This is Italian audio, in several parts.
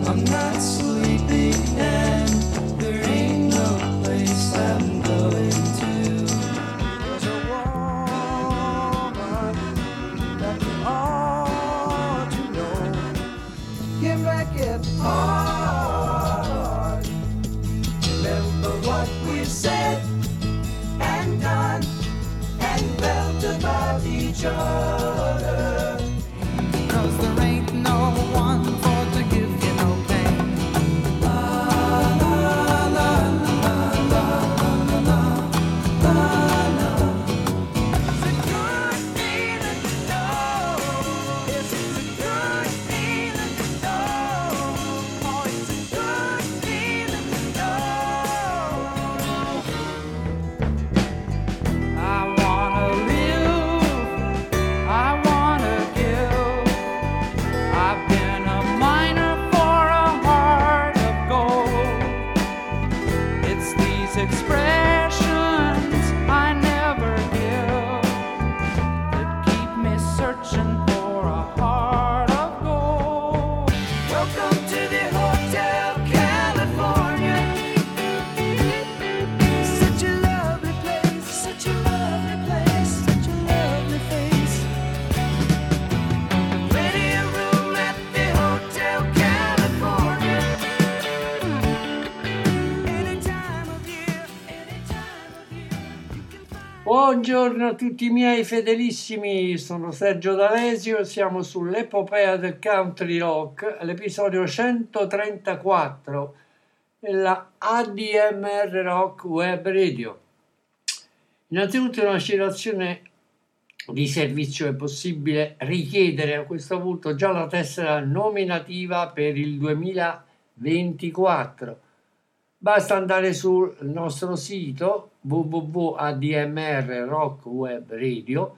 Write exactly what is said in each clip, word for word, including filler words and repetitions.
I'm not sleepy and there ain't no place I'm going to. There's a woman that you ought to know. Get back at heart. Remember what we said and done and felt about each other. 'Cause there ain't no one for to give you no pain. La la la la la la la la. It's a good feeling to know. It's a good feeling to know. Oh, it's a good feeling to know. I wanna live, I wanna give. I've been a miner for a heart of gold. It's these expressions I never give that keep me searching for a heart of gold. Welcome to the Hotel California. Such a lovely place, such a lovely place, such a lovely face. Ready a room at the Hotel California. Any time of year, any time of year, you can find. Buongiorno a tutti i miei fedelissimi, sono Sergio D'Alesio, siamo sull'epopea del country rock, l'episodio centotrentaquattro della A D M R Rock Web Radio. Innanzitutto in una situazione di servizio è possibile richiedere a questo punto già la tessera nominativa per il duemilaventiquattro. Basta andare sul nostro sito w w w punto a d m r rock web radio,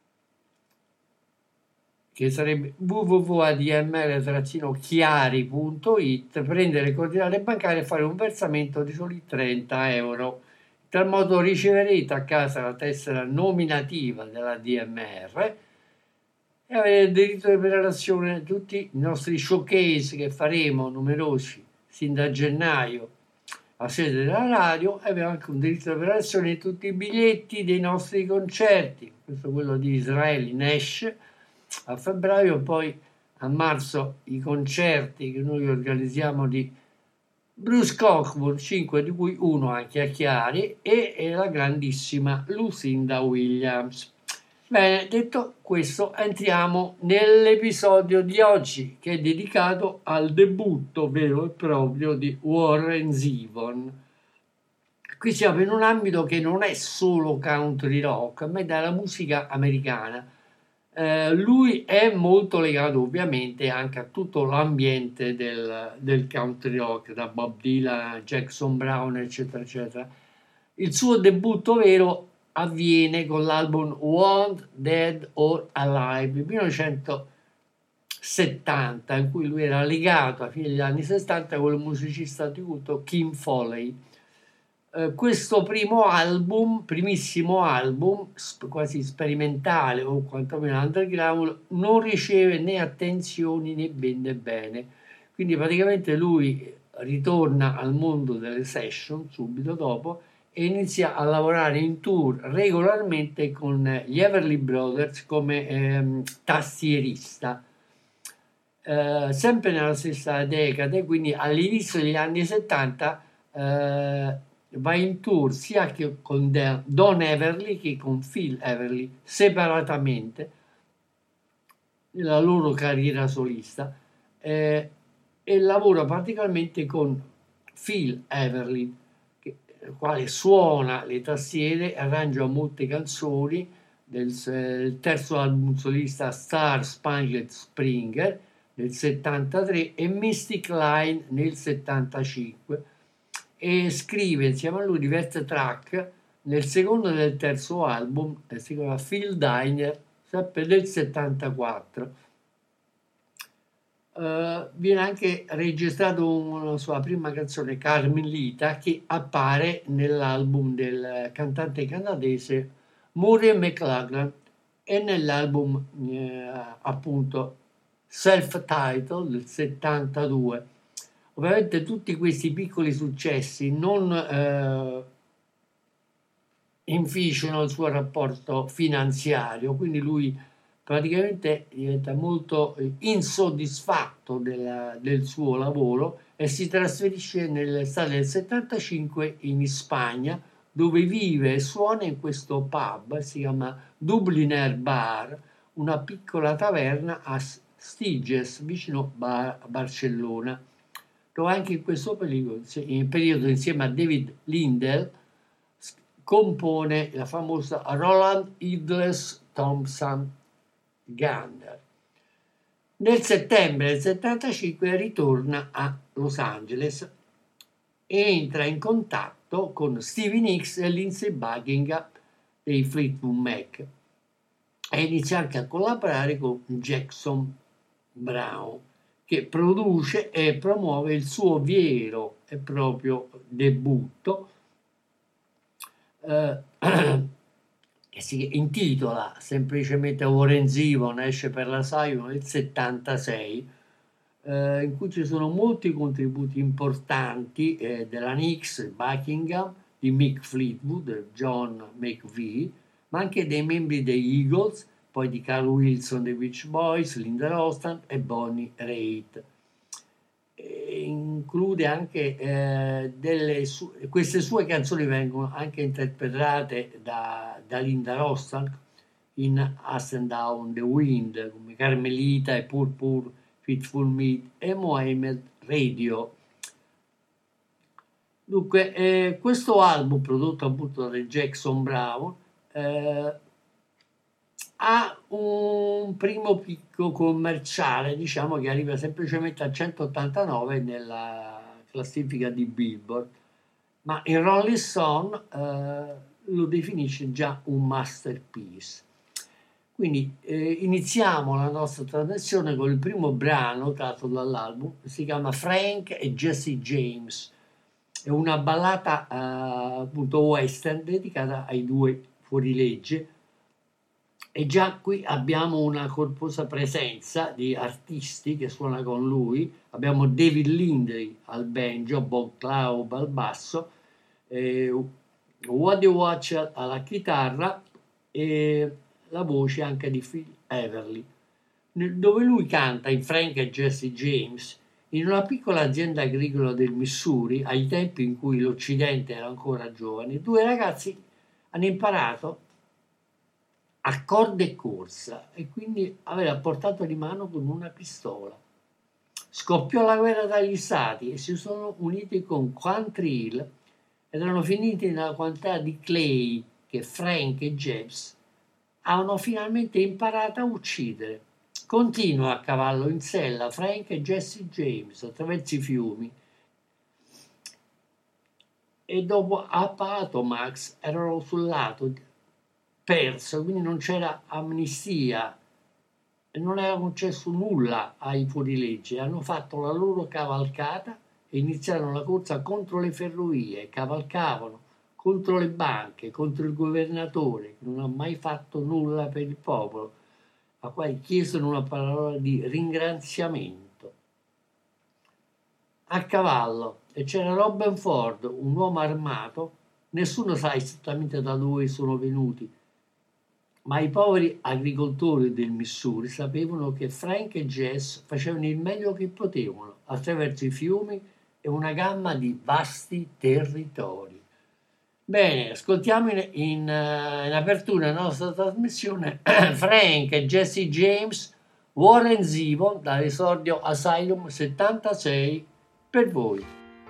che sarebbe w w w punto a d m r chiari punto i t, prendere le coordinate bancarie e fare un versamento di soli trenta euro. In tal modo riceverete a casa la tessera nominativa della D M R e avete il diritto di prelazione di tutti i nostri showcase che faremo, numerosi, sin da gennaio a sede della radio, e abbiamo anche un diritto di prelazione di tutti i biglietti dei nostri concerti. Questo è quello di Israele Nash a febbraio, poi a marzo i concerti che noi organizziamo di Bruce Cockburn, cinque di cui uno anche a Chiari, e, e la grandissima Lucinda Williams. Bene, detto questo, entriamo nell'episodio di oggi, che è dedicato al debutto vero e proprio di Warren Zevon. Qui siamo in un ambito che non è solo country rock, ma è dalla musica americana. Eh, lui è molto legato ovviamente anche a tutto l'ambiente del, del country rock, da Bob Dylan, Jackson Brown, eccetera, eccetera. Il suo debutto vero avviene con l'album Want, Dead or Alive del millenovecentosettanta, in cui lui era legato a fine degli anni sessanta con il musicista di culto Kim Foley. Eh, questo primo album, primissimo album, sp- quasi sperimentale o quantomeno underground, non riceve né attenzioni né bene bene. Quindi praticamente lui ritorna al mondo delle session subito dopo e inizia a lavorare in tour regolarmente con gli Everly Brothers come ehm, tastierista. Eh, sempre nella stessa decade, quindi all'inizio degli anni settanta, eh, va in tour sia che con Don Everly che con Phil Everly separatamente nella loro carriera solista, eh, e lavora particolarmente con Phil Everly, il quale suona le tastiere, arrangia molte canzoni del, del terzo album solista Star Spangled Spring nel settantatré e Mystic Line nel settantacinque, e scrive insieme a lui diverse track nel secondo e nel terzo album, che si chiama Phil Diner, sempre del settantaquattro. Uh, viene anche registrato una sua prima canzone, Carmelita, che appare nell'album del cantante canadese Murray McLachlan e nell'album eh, appunto Self-Titled del settantadue. Ovviamente tutti questi piccoli successi non eh, inficiano il suo rapporto finanziario, quindi lui praticamente diventa molto eh, insoddisfatto della- del suo lavoro e si trasferisce nell'estate del settantacinque in Spagna, dove vive e suona in questo pub, si chiama Dubliner Bar, una piccola taverna a S- Stiges, vicino Ba- a Barcellona, dove anche in questo periodo, in periodo insieme a David Lindell s- compone la famosa Roland Idles Thompson Gander. Nel settembre del settantacinque ritorna a Los Angeles e entra in contatto con Stevie Nicks e Lindsey Buckingham dei Fleetwood Mac e inizia anche a collaborare con Jackson Brown, che produce e promuove il suo vero e proprio debutto, eh, che si intitola semplicemente Warren Zevon, esce per la Saigon nel settantasei, eh, in cui ci sono molti contributi importanti eh, della Nicks, Buckingham, di Mick Fleetwood, John McVie, ma anche dei membri degli Eagles, poi di Carl Wilson dei Beach Boys, Linda Ronstadt e Bonnie Raitt. E include anche eh, delle su- queste sue canzoni vengono anche interpretate da, da Linda Ronstadt in Us and Down the Wind, come Carmelita e Purpur, Fitful Meat e Mohammed Radio. Dunque, eh, questo album prodotto appunto da Jackson Brown eh, ha un primo picco commerciale, diciamo che arriva semplicemente a centottantanove nella classifica di Billboard, ma il Rolling Stone eh, lo definisce già un masterpiece. Quindi eh, iniziamo la nostra trasmissione con il primo brano tratto dall'album, si chiama Frank e Jesse James, è una ballata eh, appunto western dedicata ai due fuorilegge. E già qui abbiamo una corposa presenza di artisti che suona con lui. Abbiamo David Lindley al banjo, Bob Cloud al basso, eh, Waddy Watch alla chitarra e la voce anche di Phil Everly, dove lui canta in Frank e Jesse James in una piccola azienda agricola del Missouri, ai tempi in cui l'Occidente era ancora giovane. Due ragazzi hanno imparato a corda e corsa e quindi aveva portato di mano con una pistola. Scoppiò la guerra dagli stati e si sono uniti con Country Hill ed erano finiti nella quantità di clay che Frank e James avevano finalmente imparato a uccidere. Continua a cavallo in sella Frank e Jesse James attraverso i fiumi e dopo Appomattox erano sul lato perso, quindi non c'era amnistia e non era concesso nulla ai fuorilegge. Hanno fatto la loro cavalcata e iniziarono la corsa contro le ferrovie, cavalcavano contro le banche, contro il governatore che non ha mai fatto nulla per il popolo, a quale chiesero una parola di ringraziamento. A cavallo, e c'era Robin Ford, un uomo armato, nessuno sa esattamente da dove sono venuti, ma i poveri agricoltori del Missouri sapevano che Frank e Jess facevano il meglio che potevano attraverso i fiumi e una gamma di vasti territori. Bene, ascoltiamo in, in, uh, in apertura della nostra trasmissione Frank e Jesse James, Warren Zevon dall'esordio Asylum settantasei per voi.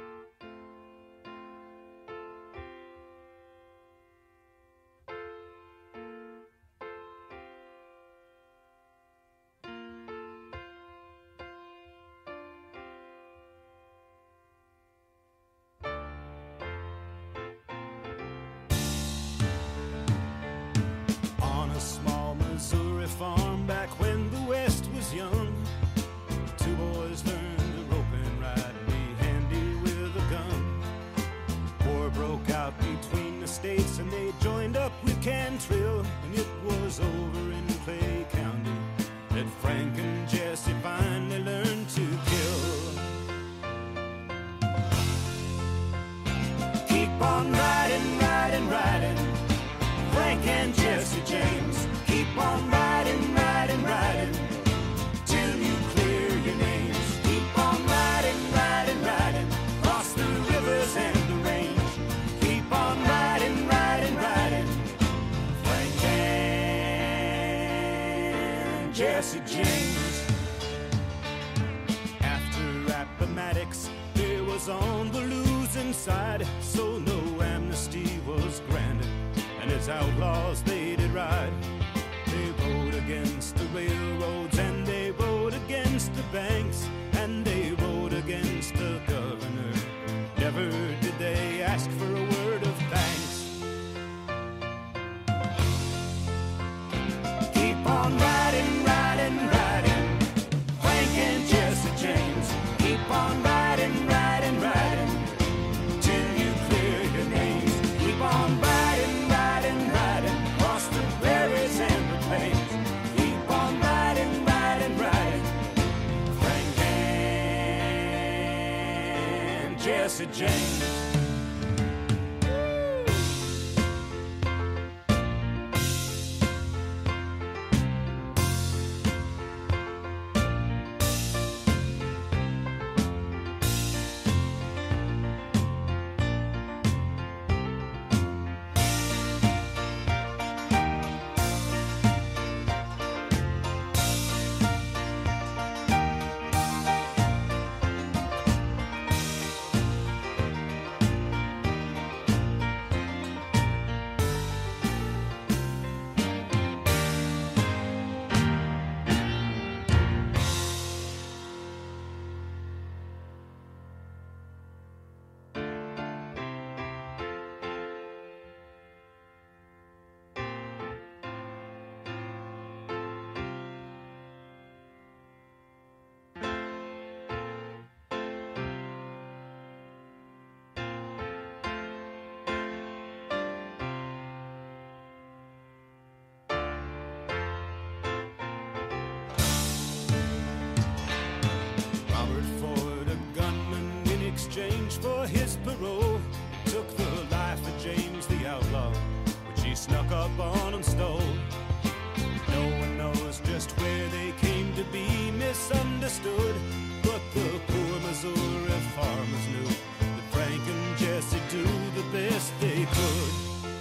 Farm back when the West was young. Two boys learned to rope and ride and be handy with a gun. War broke out between the states and they joined up with Cantrill, and it was over in Clay County that Frank and Jesse finally learned to kill. on riding, riding, riding. Frank and Jesse James, keep on riding, riding, riding, till you clear your names. Keep on riding, riding, riding, across the rivers and the range. Keep on riding, riding, riding, Frank and Jesse James. After Appomattox, there was on the losing side, so no amnesty was granted, and as outlaws they did ride. They rode against the railroads, and they rode against the banks, and they rode against the governor. Never did they ask for a word of thanks. Keep on riding, riding, riding, Frank and Jesse James. Keep on riding, riding, riding, till you clear your names. Keep on riding, riding, riding, across the prairies and the plains. Keep on riding, riding, riding, Frank and Jesse James. Exchange for his parole, took the life of James the outlaw, which he snuck up on and stole. No one knows just where they came to be misunderstood, but the poor Missouri farmers knew that Frank and Jesse do the best they could.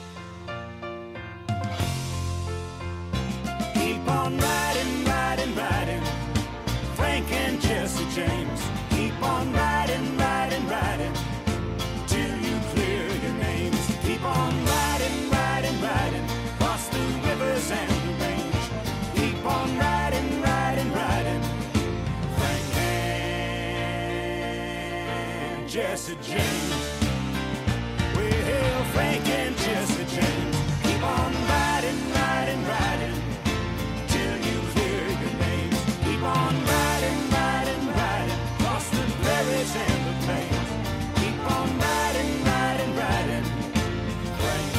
Keep on riding, riding, riding, Frank and Jesse James. Keep on riding, riding, riding, till you clear your names. Keep on riding, riding, riding, across the rivers and the range. Keep on riding, riding, riding, Frank and Jesse James. Well, Frank and Jesse James. Keep on riding, riding, riding, till you clear your names. Keep on riding, riding, riding, across the prairies and the plains. Keep on riding, riding, riding, Frank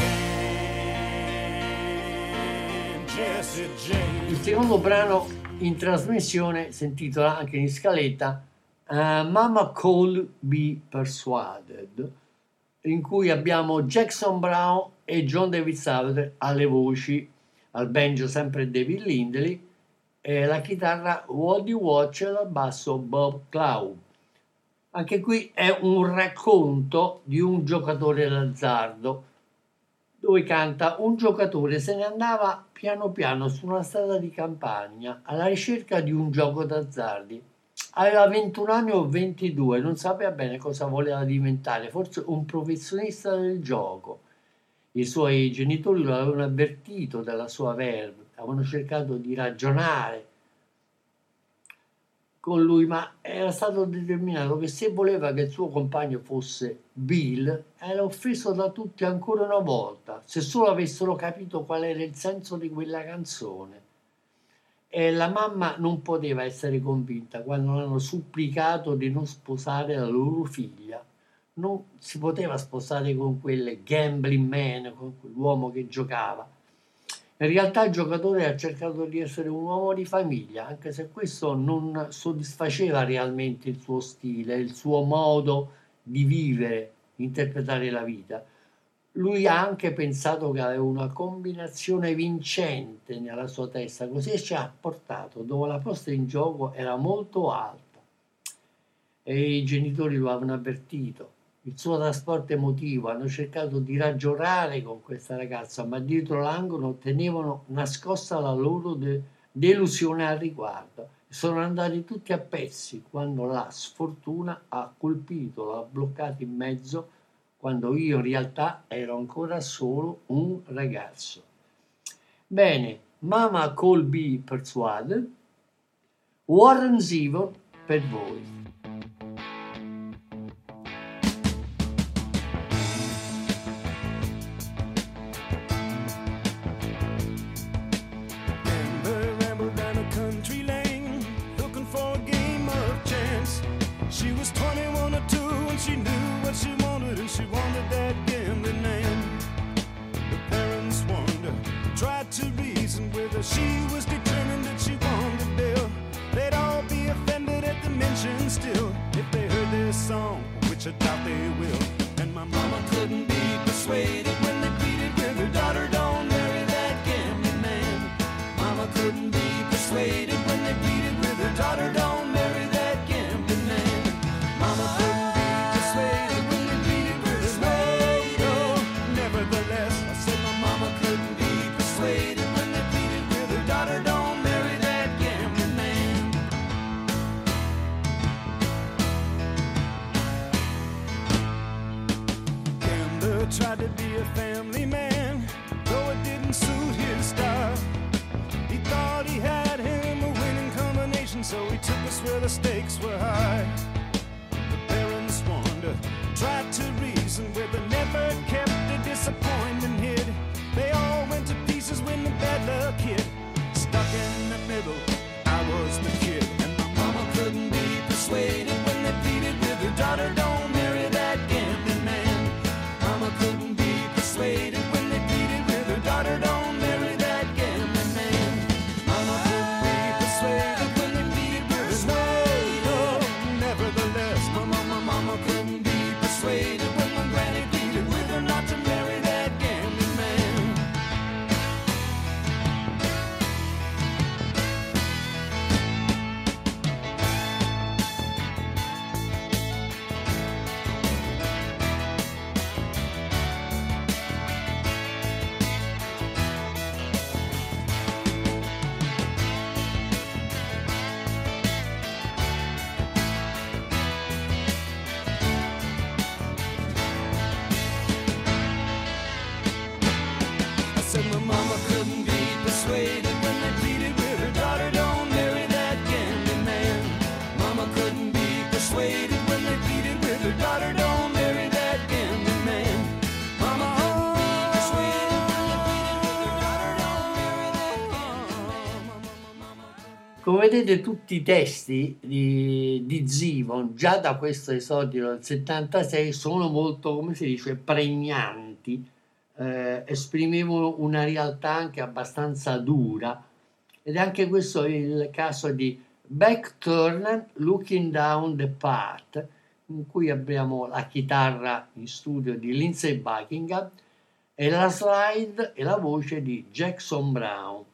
and Jesse James. Il secondo brano in trasmissione si intitola anche in scaletta uh, Mama Could Be Persuaded, in cui abbiamo Jackson Browne e John David Sawyer alle voci, al banjo sempre David Lindley e la chitarra Woody Watch e al basso Bob Clough. Anche qui è un racconto di un giocatore d'azzardo, dove canta: un giocatore se ne andava piano piano su una strada di campagna alla ricerca di un gioco d'azzardi. Aveva ventuno anni o ventidue, non sapeva bene cosa voleva diventare, forse un professionista del gioco. I suoi genitori lo avevano avvertito della sua verve, avevano cercato di ragionare con lui, ma era stato determinato che se voleva che il suo compagno fosse Bill, era offeso da tutti ancora una volta, se solo avessero capito qual era il senso di quella canzone. E la mamma non poteva essere convinta quando hanno supplicato di non sposare la loro figlia. Non si poteva sposare con quel gambling man, con quell'uomo che giocava. In realtà il giocatore ha cercato di essere un uomo di famiglia, anche se questo non soddisfaceva realmente il suo stile, il suo modo di vivere, interpretare la vita. Lui ha anche pensato che aveva una combinazione vincente nella sua testa, così ci ha portato dove la posta in gioco era molto alta e i genitori lo avevano avvertito. Il suo trasporto emotivo, hanno cercato di ragionare con questa ragazza, ma dietro l'angolo tenevano nascosta la loro de- delusione al riguardo. Sono andati tutti a pezzi quando la sfortuna ha colpito, l'ha bloccato in mezzo, quando io in realtà ero ancora solo un ragazzo. Bene, Mama Colby Persuade, Warren Zevon per voi. She knew what she wanted and she wanted that gambling man. The parents warned her, tried to reason with her. She was determined that she wanted Bill. They'd all be offended at the mention still if they heard this song, which I doubt they will. And my mama couldn't be persuaded when they pleaded with her daughter, don't marry that gambling man. Mama couldn't be persuaded when they pleaded with her daughter, don't marry that gambling man. Mama couldn't tried to be a family man, though it didn't suit his style. He thought he had him a winning combination, so he took us where the stakes were high. The parents warned her, tried to reason with her, never kept the disappointment hid. They all went to pieces when the bad luck hit. Stuck in the middle, I was the kid, and my mama couldn't be persuaded when they pleaded with her daughter, don't marry that gambling man. Mama couldn't be persuaded when they pleaded with her daughter, don't marry that gambling man. Mama couldn't be persuaded when they pleaded with her daughter. Nevertheless, my mama, mama couldn't be persuaded when my granny pleaded with her not to marry that gambling man. Come vedete, tutti i testi di, di Zevon, già da questo esordio del settantasei, sono molto, come si dice, pregnanti, eh, esprimevano una realtà anche abbastanza dura, ed è anche questo il caso di Back Turner, Looking Down the Path, in cui abbiamo la chitarra in studio di Lindsey Buckingham e la slide e la voce di Jackson Browne,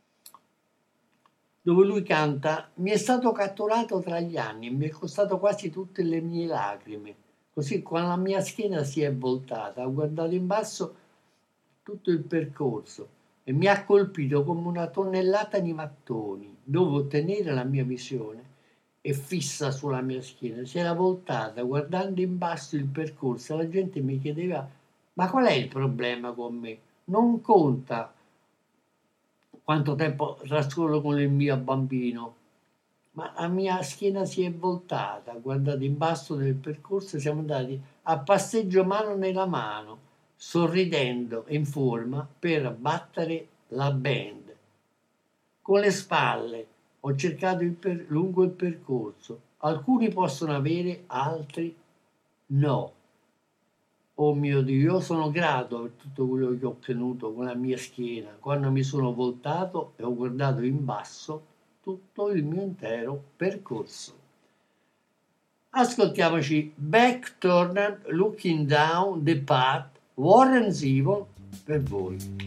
dove lui canta: mi è stato catturato tra gli anni, mi è costato quasi tutte le mie lacrime, così quando la mia schiena si è voltata, ho guardato in basso tutto il percorso e mi ha colpito come una tonnellata di mattoni, dove ottenere la mia visione è fissa sulla mia schiena, si era voltata guardando in basso il percorso e la gente mi chiedeva: ma qual è il problema con me? Non conta quanto tempo trascorro con il mio bambino, ma la mia schiena si è voltata, guardate in basso del percorso, siamo andati a passeggio mano nella mano, sorridendo in forma per battere la band. Con le spalle ho cercato il per- lungo il percorso, alcuni possono avere, altri no. Oh mio Dio, io sono grato per tutto quello che ho ottenuto con la mia schiena, quando mi sono voltato e ho guardato in basso tutto il mio intero percorso. Ascoltiamoci Back Turner, Looking Down the Path Warren Zevon per voi.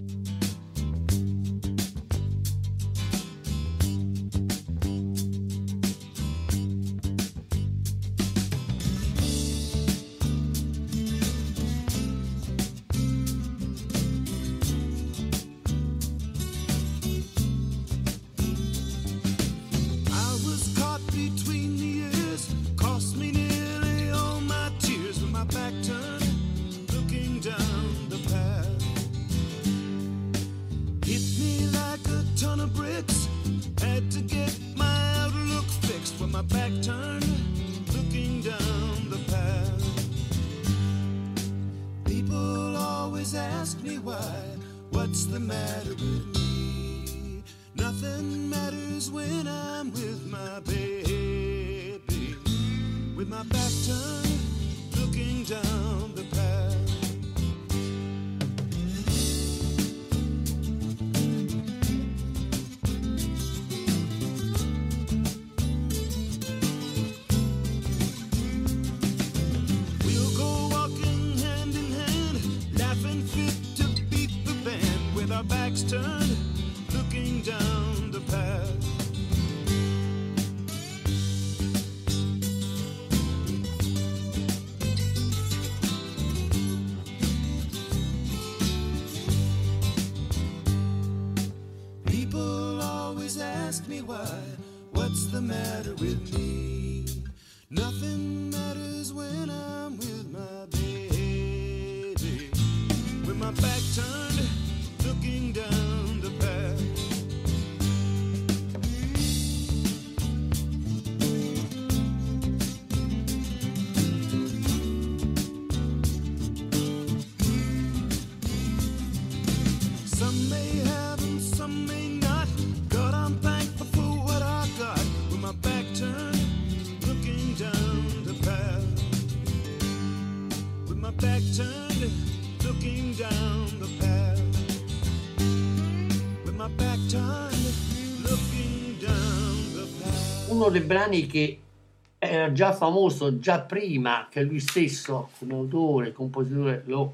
Uno dei brani che era già famoso già prima che lui stesso come autore e compositore lo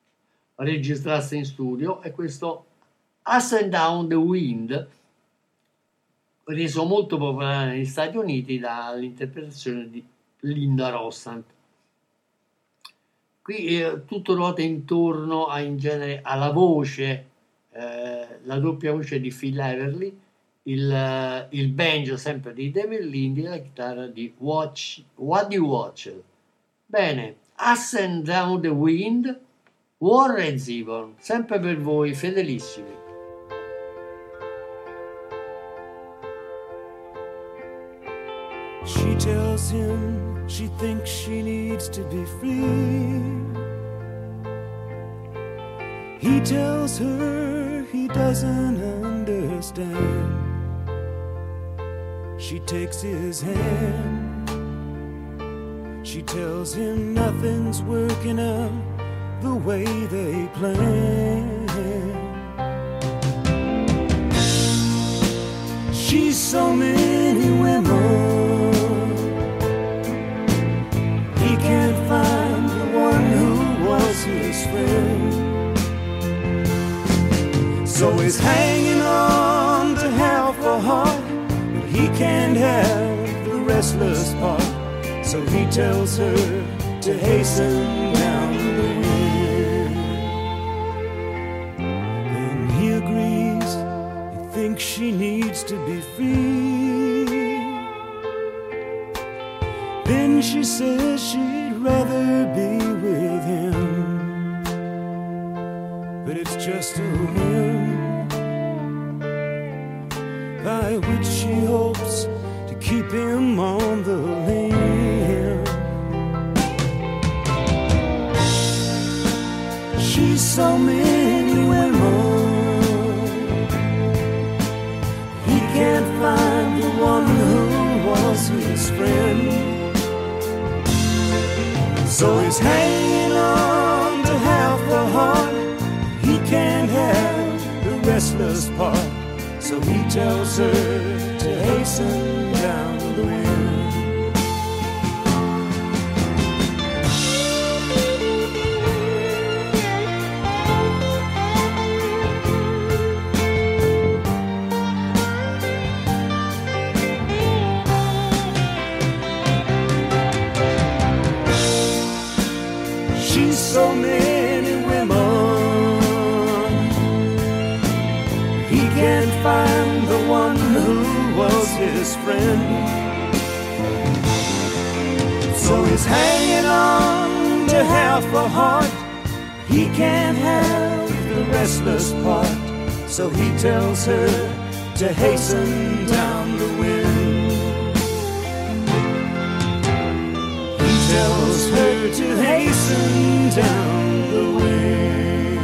registrasse in studio è questo Up and Down the Wind, reso molto popolare negli Stati Uniti dall'interpretazione di Linda Ronstadt. Qui eh, tutto ruota intorno a, in genere alla voce, eh, la doppia voce di Phil Everly, il, il banjo sempre di David Lindley e la chitarra di Watch, Waddy Wachtel. Bene, Up and Down the Wind, Warren Zevon, sempre per voi fedelissimi. She tells him she thinks she needs to be free. He tells her he doesn't understand. She takes his hand. She tells him nothing's working out the way they planned. She's so many women, he can't find the one who was his friend. So he's hanging on to half a heart, but he can't have the restless part. So he tells her to hasten down the wind. Then he agrees, he thinks she needs to be free. Then she says she'd rather be with him, but it's just a whim by which she hopes to keep him on the limb. She's so many women, he can't find the one who was his friend. So he's hanging on to half a heart, he can't have the restless part. So he tells her to hasten down the wind. so many women. He can't find the one who was his friend. So he's hanging on to half a heart. He can't have the restless part. So he tells her to hasten down the wind. He tells her to hasten down the wind.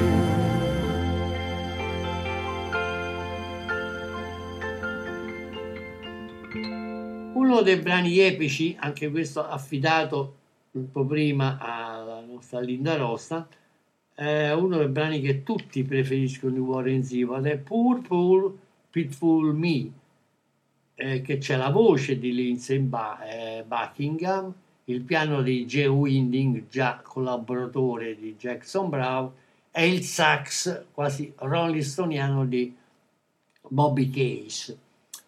Uno dei brani epici, anche questo affidato un po' prima alla nostra Linda Rossa, è uno dei brani che tutti preferiscono di Warren Zevon, è Poor Poor Pitiful Me, eh, che c'è la voce di Lindsey ba- eh, Buckingham, il piano di Jay Winding, già collaboratore di Jackson Browne, e il sax quasi Rolling Stoniano di Bobby Case.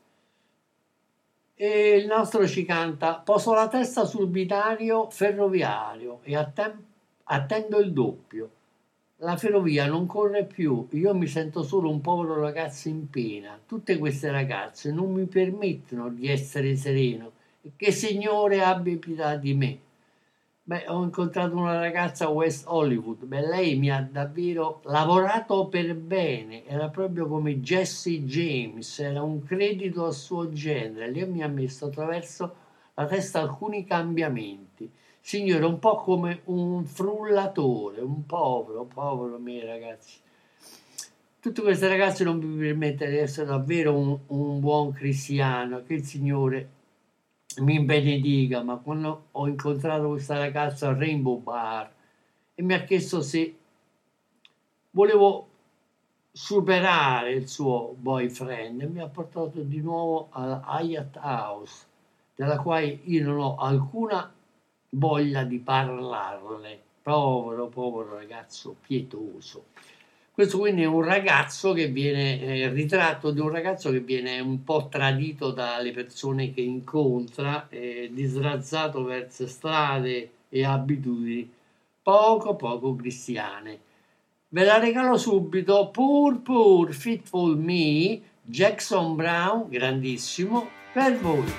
E il nostro ci canta: poso la testa sul binario ferroviario e attem- attendo il doppio. La ferrovia non corre più, io mi sento solo un povero ragazzo in pena. Tutte queste ragazze non mi permettono di essere sereno. Che Signore abbia pietà di me. Beh, ho incontrato una ragazza a West Hollywood. Beh, lei mi ha davvero lavorato per bene. Era proprio come Jesse James, era un credito a suo genere. Lei mi ha messo attraverso la testa alcuni cambiamenti. Signore, un po' come un frullatore, un povero, povero me, ragazzi. Tutte queste ragazze non mi permettono di essere davvero un, un buon cristiano, che il Signore mi benedica. Ma quando ho incontrato questa ragazza al Rainbow Bar e mi ha chiesto se volevo superare il suo boyfriend, mi ha portato di nuovo alla Hyatt House, della quale io non ho alcuna voglia di parlarne. Povero, povero ragazzo pietoso. Questo quindi è un ragazzo che viene, eh, il ritratto di un ragazzo che viene un po' tradito dalle persone che incontra, eh, disrazzato verso strade e abitudini poco poco cristiane. Ve la regalo subito: Poor Poor Fitful Me, Jackson Browne, grandissimo, per voi.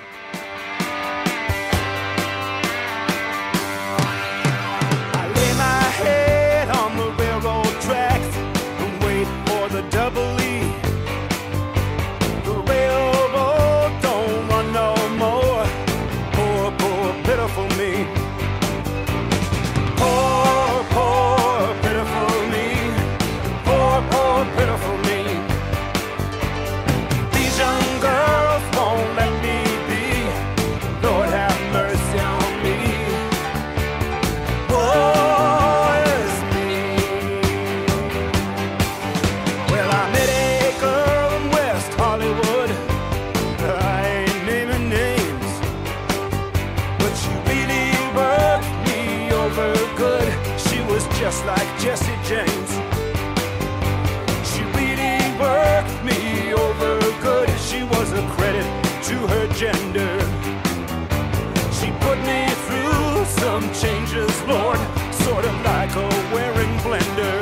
Just like Jesse James, she really worked me over good. She was a credit to her gender. She put me through some changes, Lord, sort of like a wearing blender.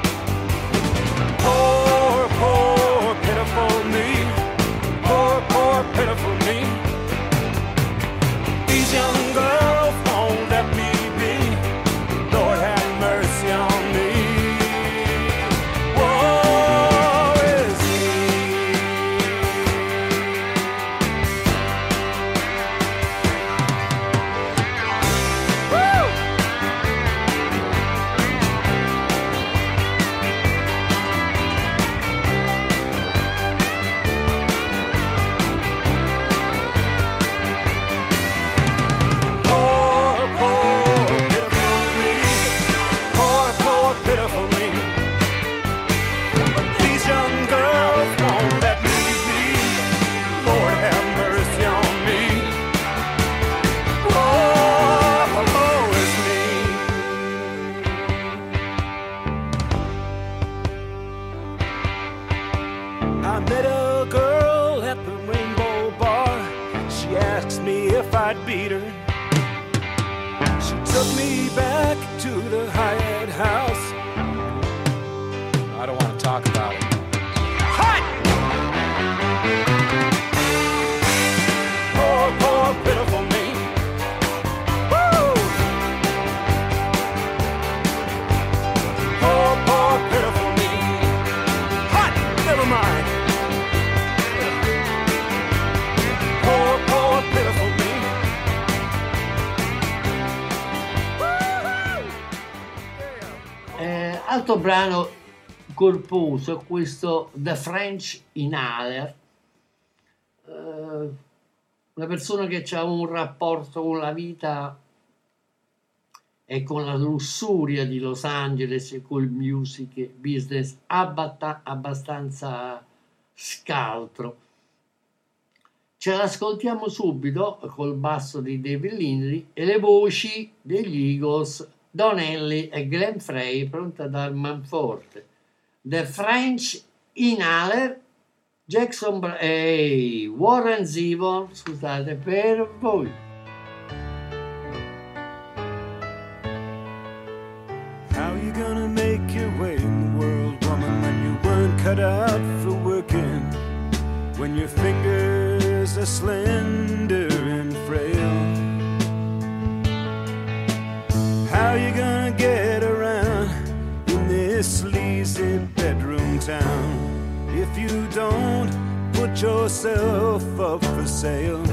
Poor, poor, pitiful me. Poor, poor, pitiful me. These young girls won't let me be. Lord, have mercy on me. took me back to the Hyatt House. I don't want to talk about it. Hot! Poor, poor, pitiful me. Woo! Poor, poor, pitiful me. Hot! Never mind. Poor, poor, pitiful me. Eh, altro brano corposo, questo The French Inhaler, eh, una persona che ha un rapporto con la vita e con la lussuria di Los Angeles e col music business abbatta- abbastanza scaltro. Ce l'ascoltiamo subito col basso di David Lindley e le voci degli Eagles, Don Henley e Glenn Frey, pronta dal manforte. The French Inhaler, Jackson Bra- e Warren Zevon, scusate, per voi. How you gonna make your way in the world, woman, when you weren't cut out for working? When your fingers are slender and frail? How you gonna get around in this sleazy bedroom town if you don't put yourself up for sale?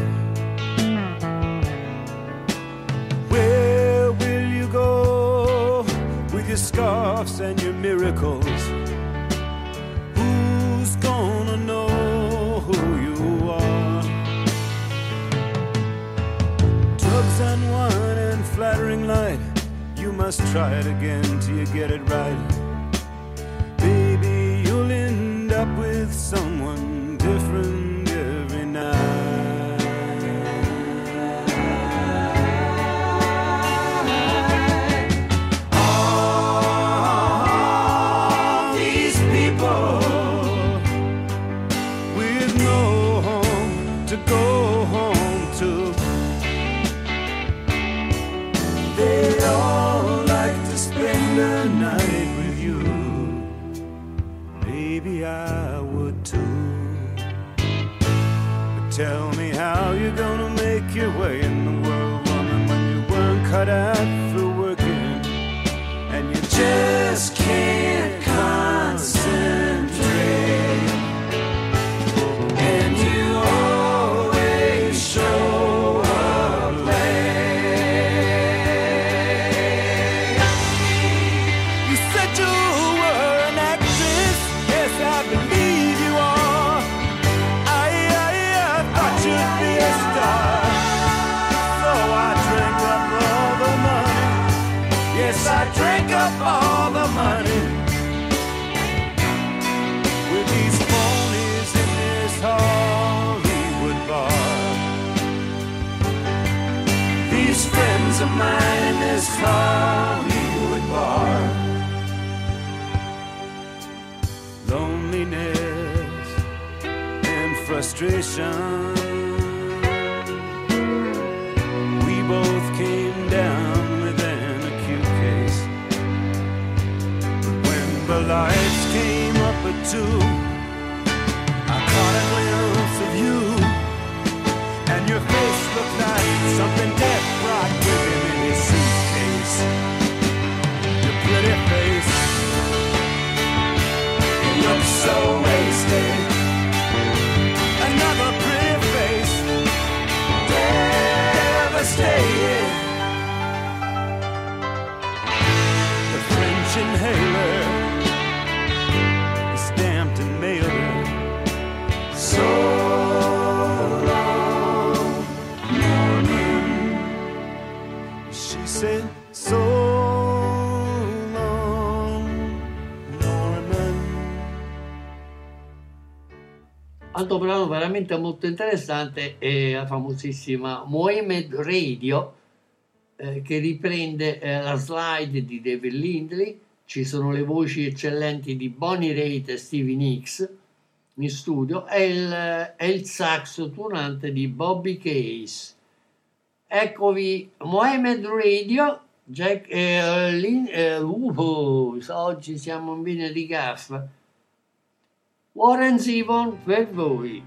Where will you go with your scarves and your miracles? Who's gonna know who you are? Drugs and wine and flattering light, you must try it again till you get it right. Baby, you'll end up with someone different every night. All these people with no home to go home to, they all like to spend the night with you. Maybe I would too. But tell me how you're gonna make your way in the world, woman, when you weren't cut out for working and you just can't concentrate, and you always show up late. You said you were an actress, yes, I believe you are. I, I, I thought you'd be a star, so I drank up all the money. Yes, I drank up all the money with these phonies in this Hollywood bar. These friends of mine in this Hollywood bar. Loneliness and frustration, we both came down with an acute case. But when the lights came up at two, I caught a glimpse of you, and your face looked like something death brought with him in his suitcase. Your pretty face, you look so wasted. Another pretty face, devastated. The French inhaler is stamped and mailed her. So long, Norman. She said, so long, Norman. Altro brano veramente molto interessante è la famosissima Mohammed Radio, eh, che riprende eh, la slide di David Lindley. Ci sono le voci eccellenti di Bonnie Raitt e Stevie Nicks in studio e il, e il saxo tuonante di Bobby Case. Eccovi Mohammed Radio Jack e Lin, eh, uh, oggi siamo in vena di gaffa. Warren Zevon per voi.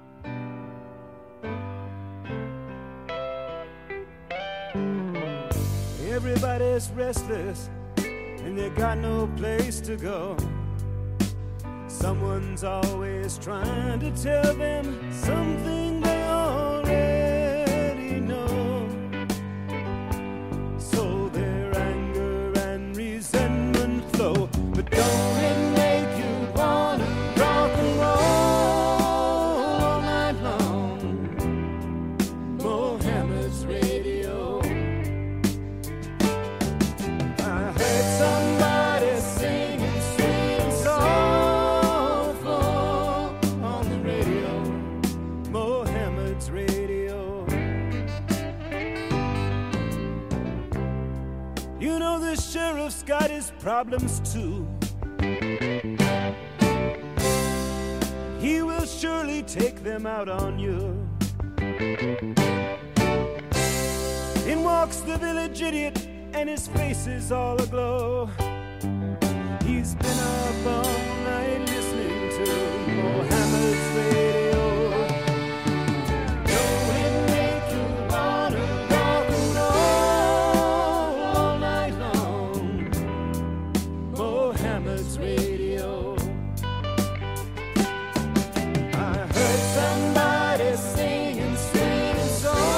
Everybody's restless and they got no place to go. Someone's always trying to tell them something they already know. So their anger and resentment flow. But don't it make you wanna rock and roll all night long? Mohammed's Radio. I heard somebody singing sweet and soulful on the radio. Mohammed's Radio. You know the sheriff's got his problems too. He will surely take them out on you. In walks the village idiot and his face is all aglow. He's been up all night listening to Mohammed's Radio. Don't it make you wanna rock and roll all night long? Mohammed's Radio. I heard somebody singing sweet and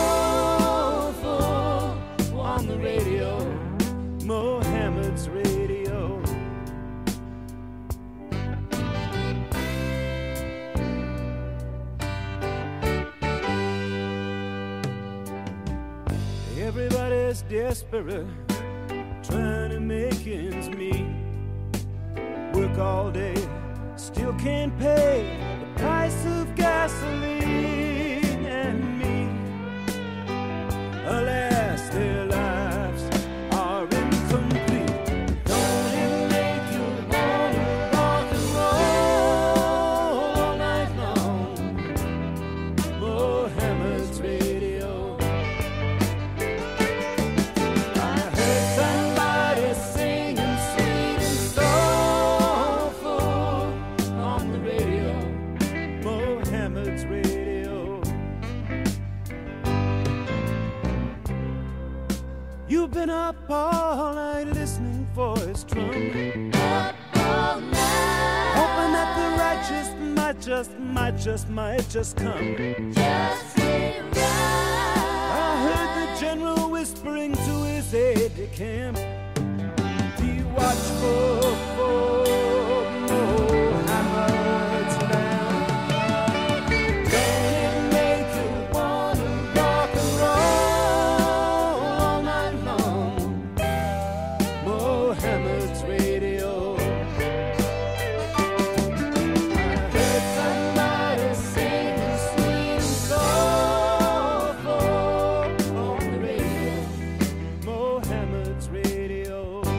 soulful on the radio. Mohammed's Radio. Everybody's desperate, trying to make ends meet. Work all day, still can't pay the price of gasoline and meat. Alas, their lives are incomplete. Don't it make you wanna rock and roll all night long? Mohammed's Radio. I heard somebody singing sweet and soulful on the radio. Mohammed's Radio. You've been up all night listening for his drum, Up all night, hoping that the righteous might just, might just, might just come. just sit right. I heard the general whispering to his aide de camp, be watchful for Mohammed's lamp. Don't it make you wanna rock and roll all night long? Mohammed's Radio. I heard somebody singing sweet and soulful on the radio. Mohammed's Radio.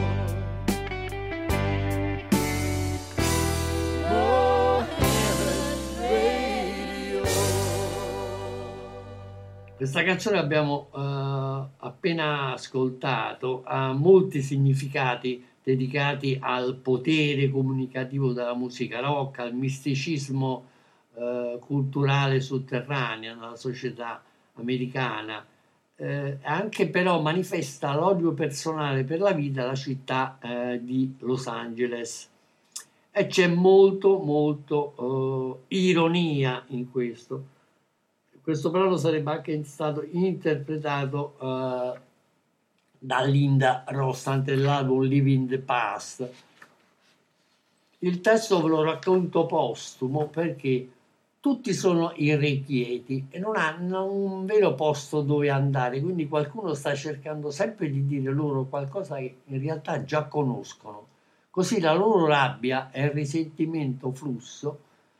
Mohammed's Radio. Questa canzone abbiamo eh, appena ascoltato, ha molti significati dedicati al potere comunicativo della musica rock, al misticismo eh, culturale sotterraneo nella società americana. Eh, anche però manifesta l'odio personale per la vita la città eh, di Los Angeles. E c'è molto, molto eh, ironia in questo. Questo brano sarebbe anche stato interpretato eh, da Linda Ronstadt nell'album Living the Past. Il testo ve lo racconto postumo perché tutti sono irrequieti e non hanno un vero posto dove andare, quindi qualcuno sta cercando sempre di dire loro qualcosa che in realtà già conoscono. Così la loro rabbia e il risentimento flusso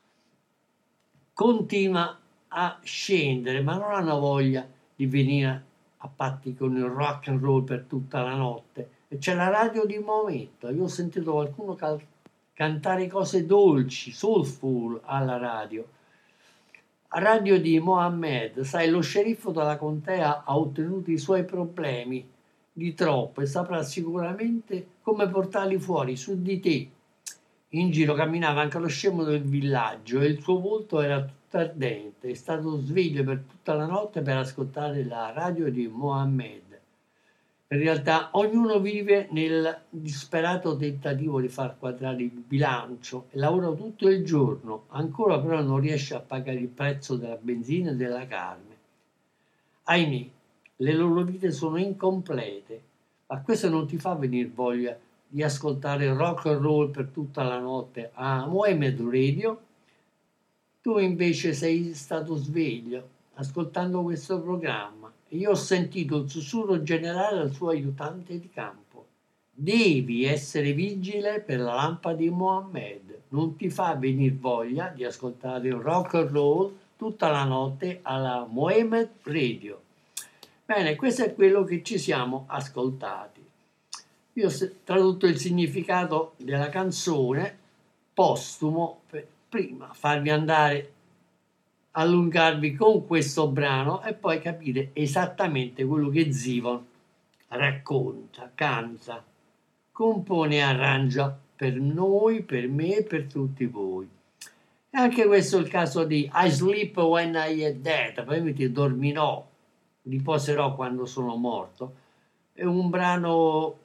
continua a scendere, ma non hanno voglia di venire a patti con il rock and roll per tutta la notte. E c'è la radio di momento. Io ho sentito qualcuno cal- cantare cose dolci, soulful alla radio. A radio di Mohammed, sai, lo sceriffo della contea ha ottenuto i suoi problemi di troppo e saprà sicuramente come portarli fuori su di te. In giro camminava anche lo scemo del villaggio e il suo volto era tutto ardente. È stato sveglio per tutta la notte per ascoltare la radio di Mohammed. In realtà ognuno vive nel disperato tentativo di far quadrare il bilancio e lavora tutto il giorno, ancora però non riesce a pagare il prezzo della benzina e della carne. Ahimè, le loro vite sono incomplete, ma questo non ti fa venire voglia di ascoltare rock and roll per tutta la notte a Mohammed Radio? Tu invece sei stato sveglio ascoltando questo programma e io ho sentito il sussurro generale al suo aiutante di campo. Devi essere vigile per la lampada di Mohammed. Non ti fa venire voglia di ascoltare rock and roll tutta la notte alla Mohammed Radio. Bene, questo è quello che ci siamo ascoltati. Io ho tradotto il significato della canzone postumo per prima farvi andare allungarvi con questo brano e poi capire esattamente quello che Zivon racconta, canta, compone e arrangia per noi, per me e per tutti voi. E anche questo è il caso di I Sleep When I Am Dead, probabilmente dormirò, riposerò quando sono morto. È un brano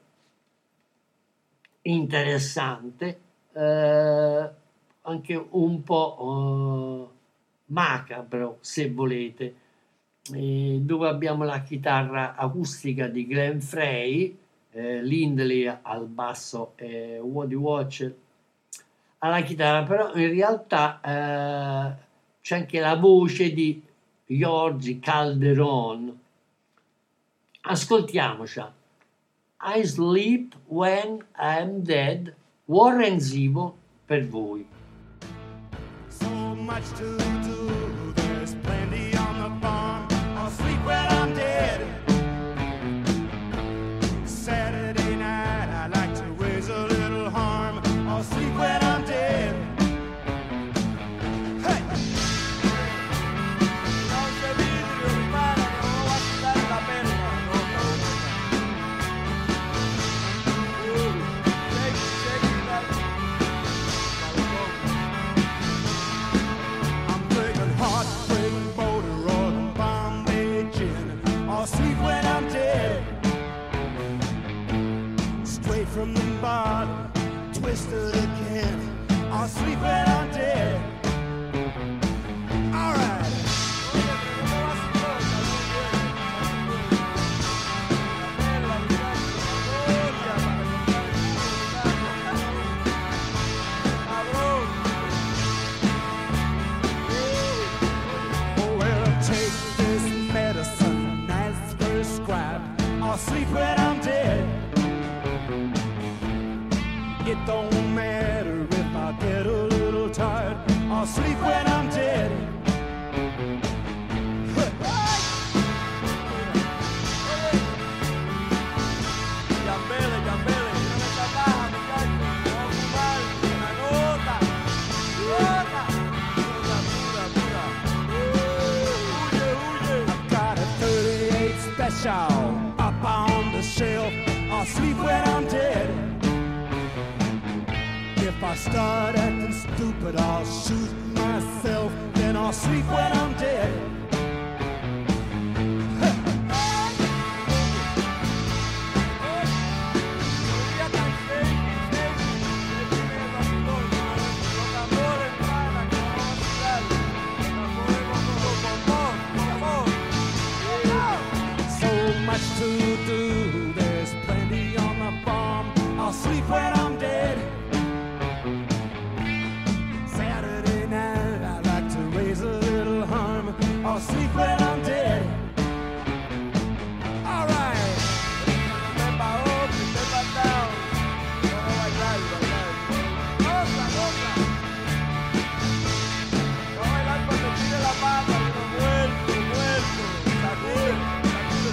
interessante, eh, anche un po' eh, macabro se volete, eh, dove abbiamo la chitarra acustica di Glenn Frey, eh, Lindley al basso e Woody Watcher alla chitarra, però in realtà eh, c'è anche la voce di Giorgi Calderon. Ascoltiamoci. I Sleep When I'm Dead, Warren Zevon per voi. So much to do, there's plenty on the farm. I'll sleep when I'm dead. Saturday night, I like to raise a little harm. I'll sleep when I'm dead. Hey! Non c'è video, rimane, non va a stare la pelle. From the bottom, twisted again. I'll sleep when I'm dead. All right. Oh, well, take this medicine as prescribed. I'll sleep when I'm dead. It don't matter if I get a little tired. I'll sleep when I'm dead. I've got a thirty-eight special up on the shelf. I'll sleep when I'm dead. If I start acting stupid, I'll shoot myself. Then I'll sleep when I'm dead. So much to do, there's plenty on the farm. I'll sleep when I'm dead. I'll sleep when I'm dead. All right. Remember up, remember down. Don't know why I lie, Otra, otra. No bailar cuando tire la pata, uno muerto, muerto. Sacude, sacude,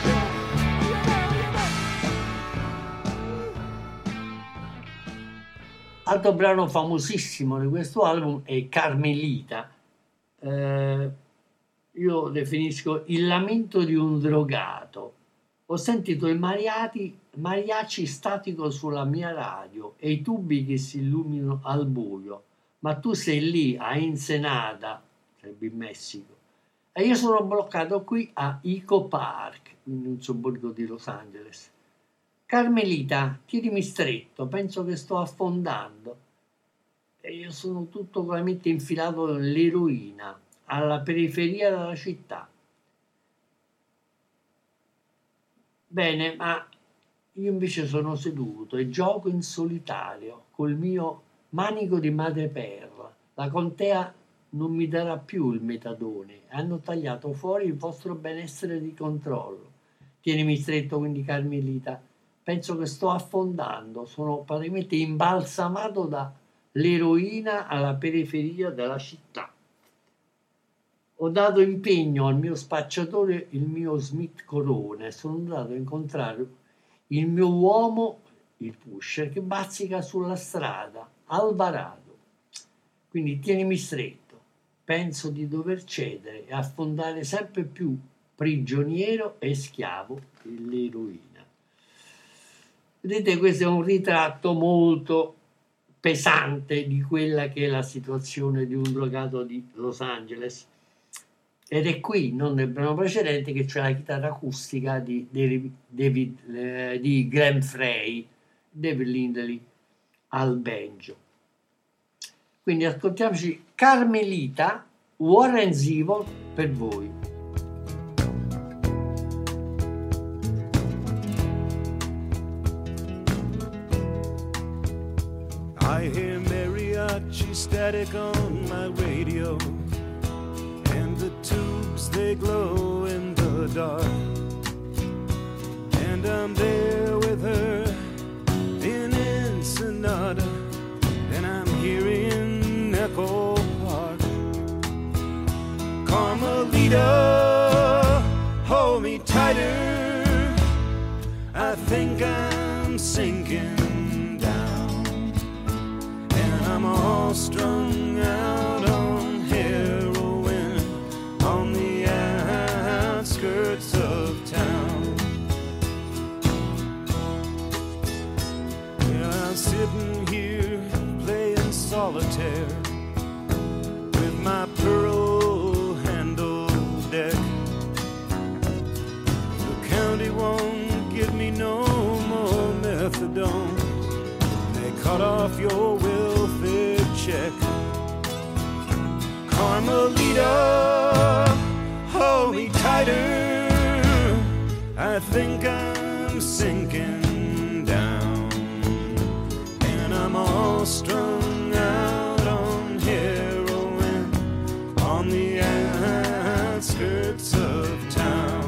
sacude. Altro brano famosissimo di questo album è Carmelita. Eh, io definisco il lamento di un drogato Ho sentito il mariachi, mariachi statico sulla mia radio e i tubi che si illuminano al buio, ma tu sei lì a Ensenada, sarebbe in Messico, e io sono bloccato qui a Eco Park, in un sobborgo di Los Angeles. Carmelita, tienimi stretto, penso che sto affondando. E io sono tutto veramente infilato nell'eroina, alla periferia della città. Bene, ma io invece sono seduto e gioco in solitario col mio manico di madreperla. La contea non mi darà più il metadone. Hanno tagliato fuori il vostro benessere di controllo. Tienimi stretto, quindi Carmelita. Penso che sto affondando. Sono praticamente imbalsamato dall'eroina alla periferia della città. Ho dato impegno al mio spacciatore, il mio Smith Corona, e sono andato a incontrare il mio uomo, il pusher, che bazzica sulla strada, Alvarado. Quindi tienimi stretto, penso di dover cedere e affondare sempre più prigioniero e schiavo dell'eroina. Vedete, questo è un ritratto molto pesante di quella che è la situazione di un drogato di Los Angeles. Ed è qui, non nel brano precedente, che c'è la chitarra acustica di, David, David, eh, di Glenn Frey, David Lindley al banjo. Quindi ascoltiamoci Carmelita, Warren Zevon per voi. I hear mariachi static on my radio, and the tubes they glow in the dark, and I'm there with her in Ensenada, and I'm here in Echo Park. Carmelita, hold me tighter, I think I'm sinking down, and I'm all strung out on heroin on the outskirts of town. Yeah, I'm sitting here playing solitaire with my pearl handle deck. The county won't give me no more methadone. They cut off your welfare check. Carmelita, hold me tighter, I think I'm sinking down, and I'm all strung out on heroin on the outskirts of town.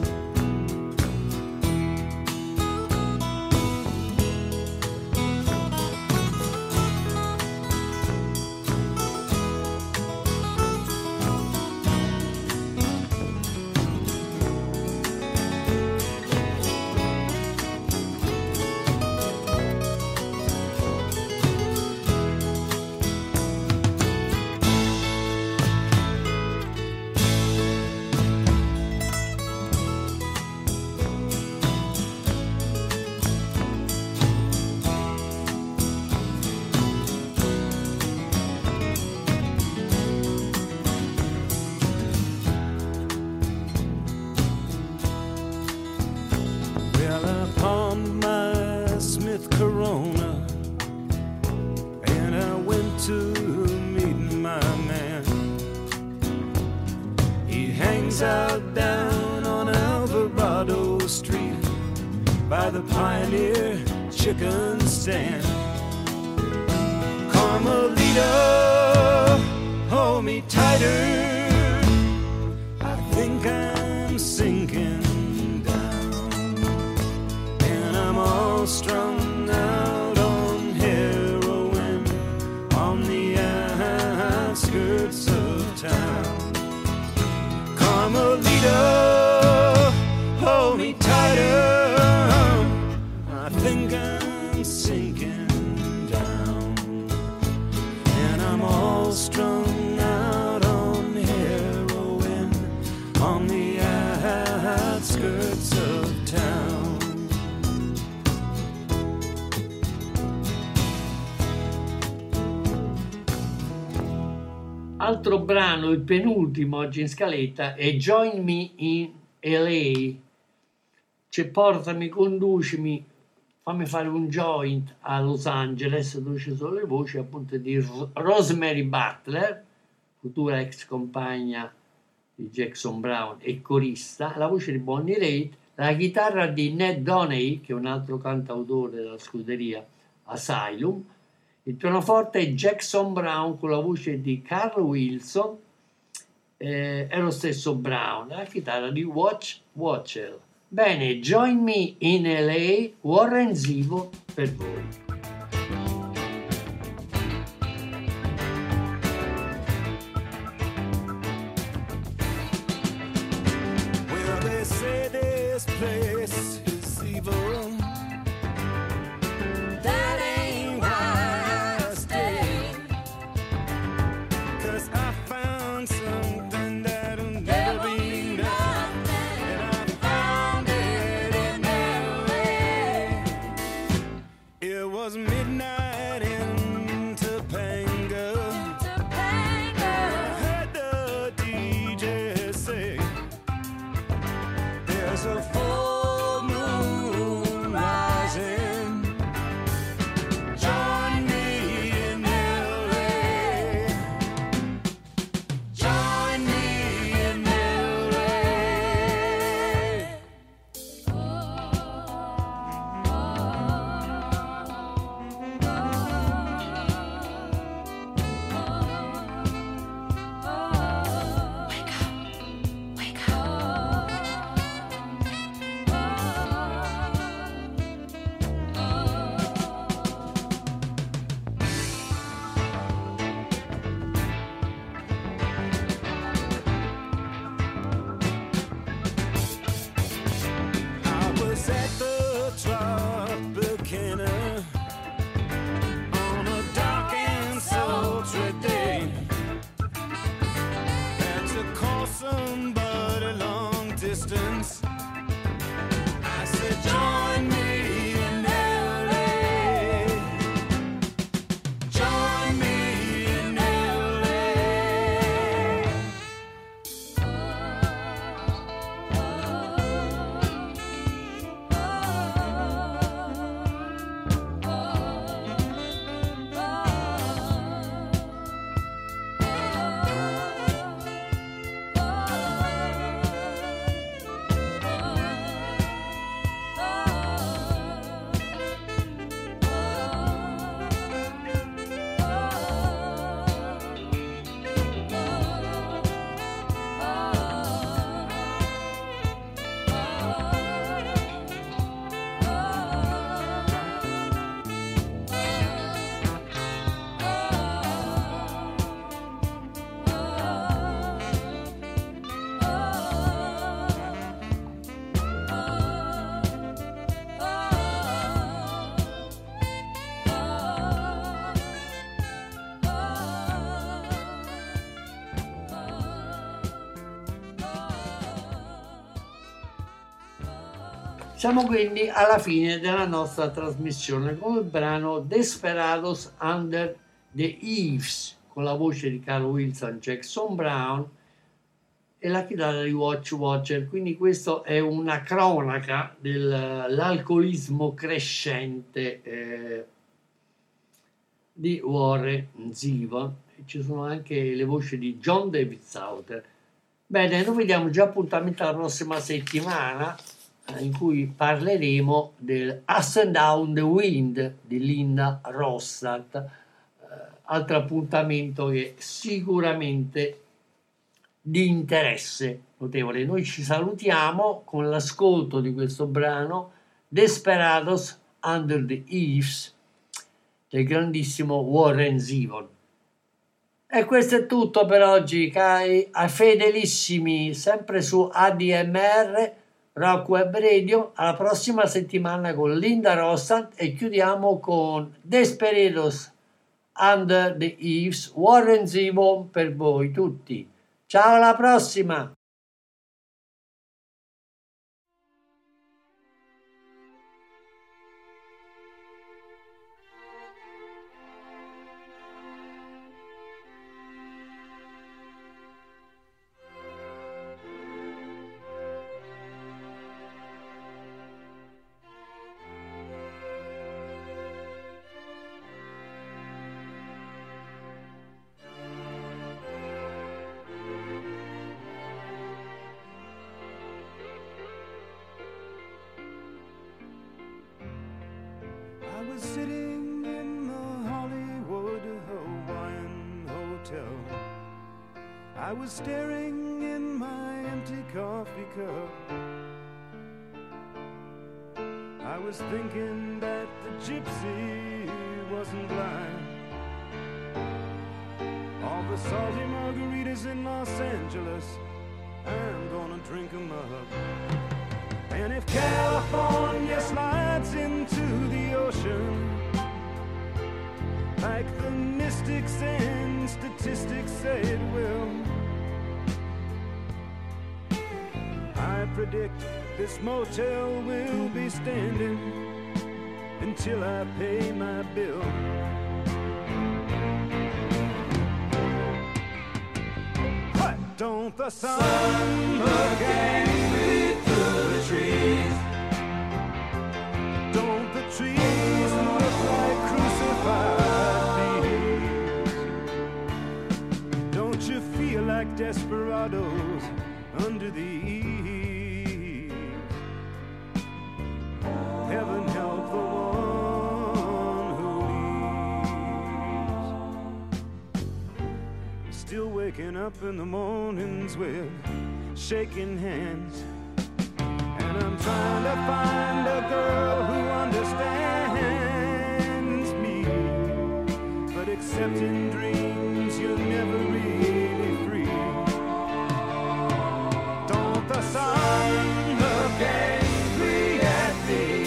Well, I pawned my Smith Corona, and I went to meet my man. He hangs out down on Alvarado Street by the Pioneer Chicken Stand. Carmelita, hold me tighter, I think I'm sinking down, and I'm all strung out on heroin on the outskirts of town. Carmelita, hold me tighter, I think I'm sinking down, and I'm all strung out on heroin on the outskirts of town. Altro brano, il penultimo oggi in scaletta, è Join Me in L A. Cioè, portami, conducimi, fammi fare un joint a Los Angeles, dove ci sono le voci appunto di Ro- Rosemary Butler, futura ex compagna di Jackson Brown e corista, la voce di Bonnie Raitt, la chitarra di Ned Doney, che è un altro cantautore della scuderia Asylum, il pianoforte è Jackson Brown con la voce di Carl Wilson, eh, è lo stesso Brown, la chitarra di Watch Watcher. Bene, Join Me in L A, Warren Zevon per voi. Well, they say this place is evil. That ain't why I stay. 'Cause I found something that'll never be done. And I found it in L A. It was midnight in Topanga. I heard the D J say there's a full moon rising. Join me in L A. Join me in L A. I was at the Tropicana on a dark and sultry day. Had to call somebody long distance. I said, join me in L A. Join me in L A. Siamo quindi alla fine della nostra trasmissione con il brano Desperados Under the Eaves, con la voce di Carl Wilson, Jackson Brown e la chitarra di Watch Watcher. Quindi questa è una cronaca dell'alcolismo crescente eh, di Warren Zevon. Ci sono anche le voci di John David Souther. Bene, noi vediamo già appuntamento alla prossima settimana, in cui parleremo del Us and Down the Wind di Linda Ronstadt, eh, altro appuntamento che sicuramente di interesse notevole. Noi ci salutiamo con l'ascolto di questo brano Desperados Under the Eaves del grandissimo Warren Zevon. E questo è tutto per oggi, cari fedelissimi, sempre su A D M R Rock Web Radio. Alla prossima settimana con Linda Ronstadt e chiudiamo con Desperados Under the Eaves, Warren Zevon per voi tutti. Ciao, alla prossima! was sitting in the Hollywood Hawaiian Hotel. I was staring in my empty coffee cup. I was thinking that the gypsy wasn't blind. All the salty margaritas in Los Angeles, I'm gonna drink 'em up. And if California slides into the ocean, like the mystics and statistics say it will, I predict this motel will be standing until I pay my bill. What? Don't the sun look at me through the trees? Don't the trees look like crucified thieves? Don't you feel like desperados under the eaves? Heaven help the one who leaves. Still waking up in the mornings with shaking hands, and I'm trying to find a girl who understands me, but except in dreams you're never really free. Don't the sun look angry at me?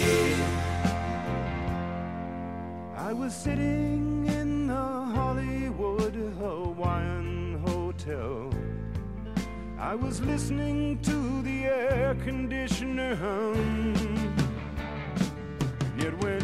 I was sitting in the Hollywood Hawaiian Hotel. I was listening to the air conditioner hum. Yet when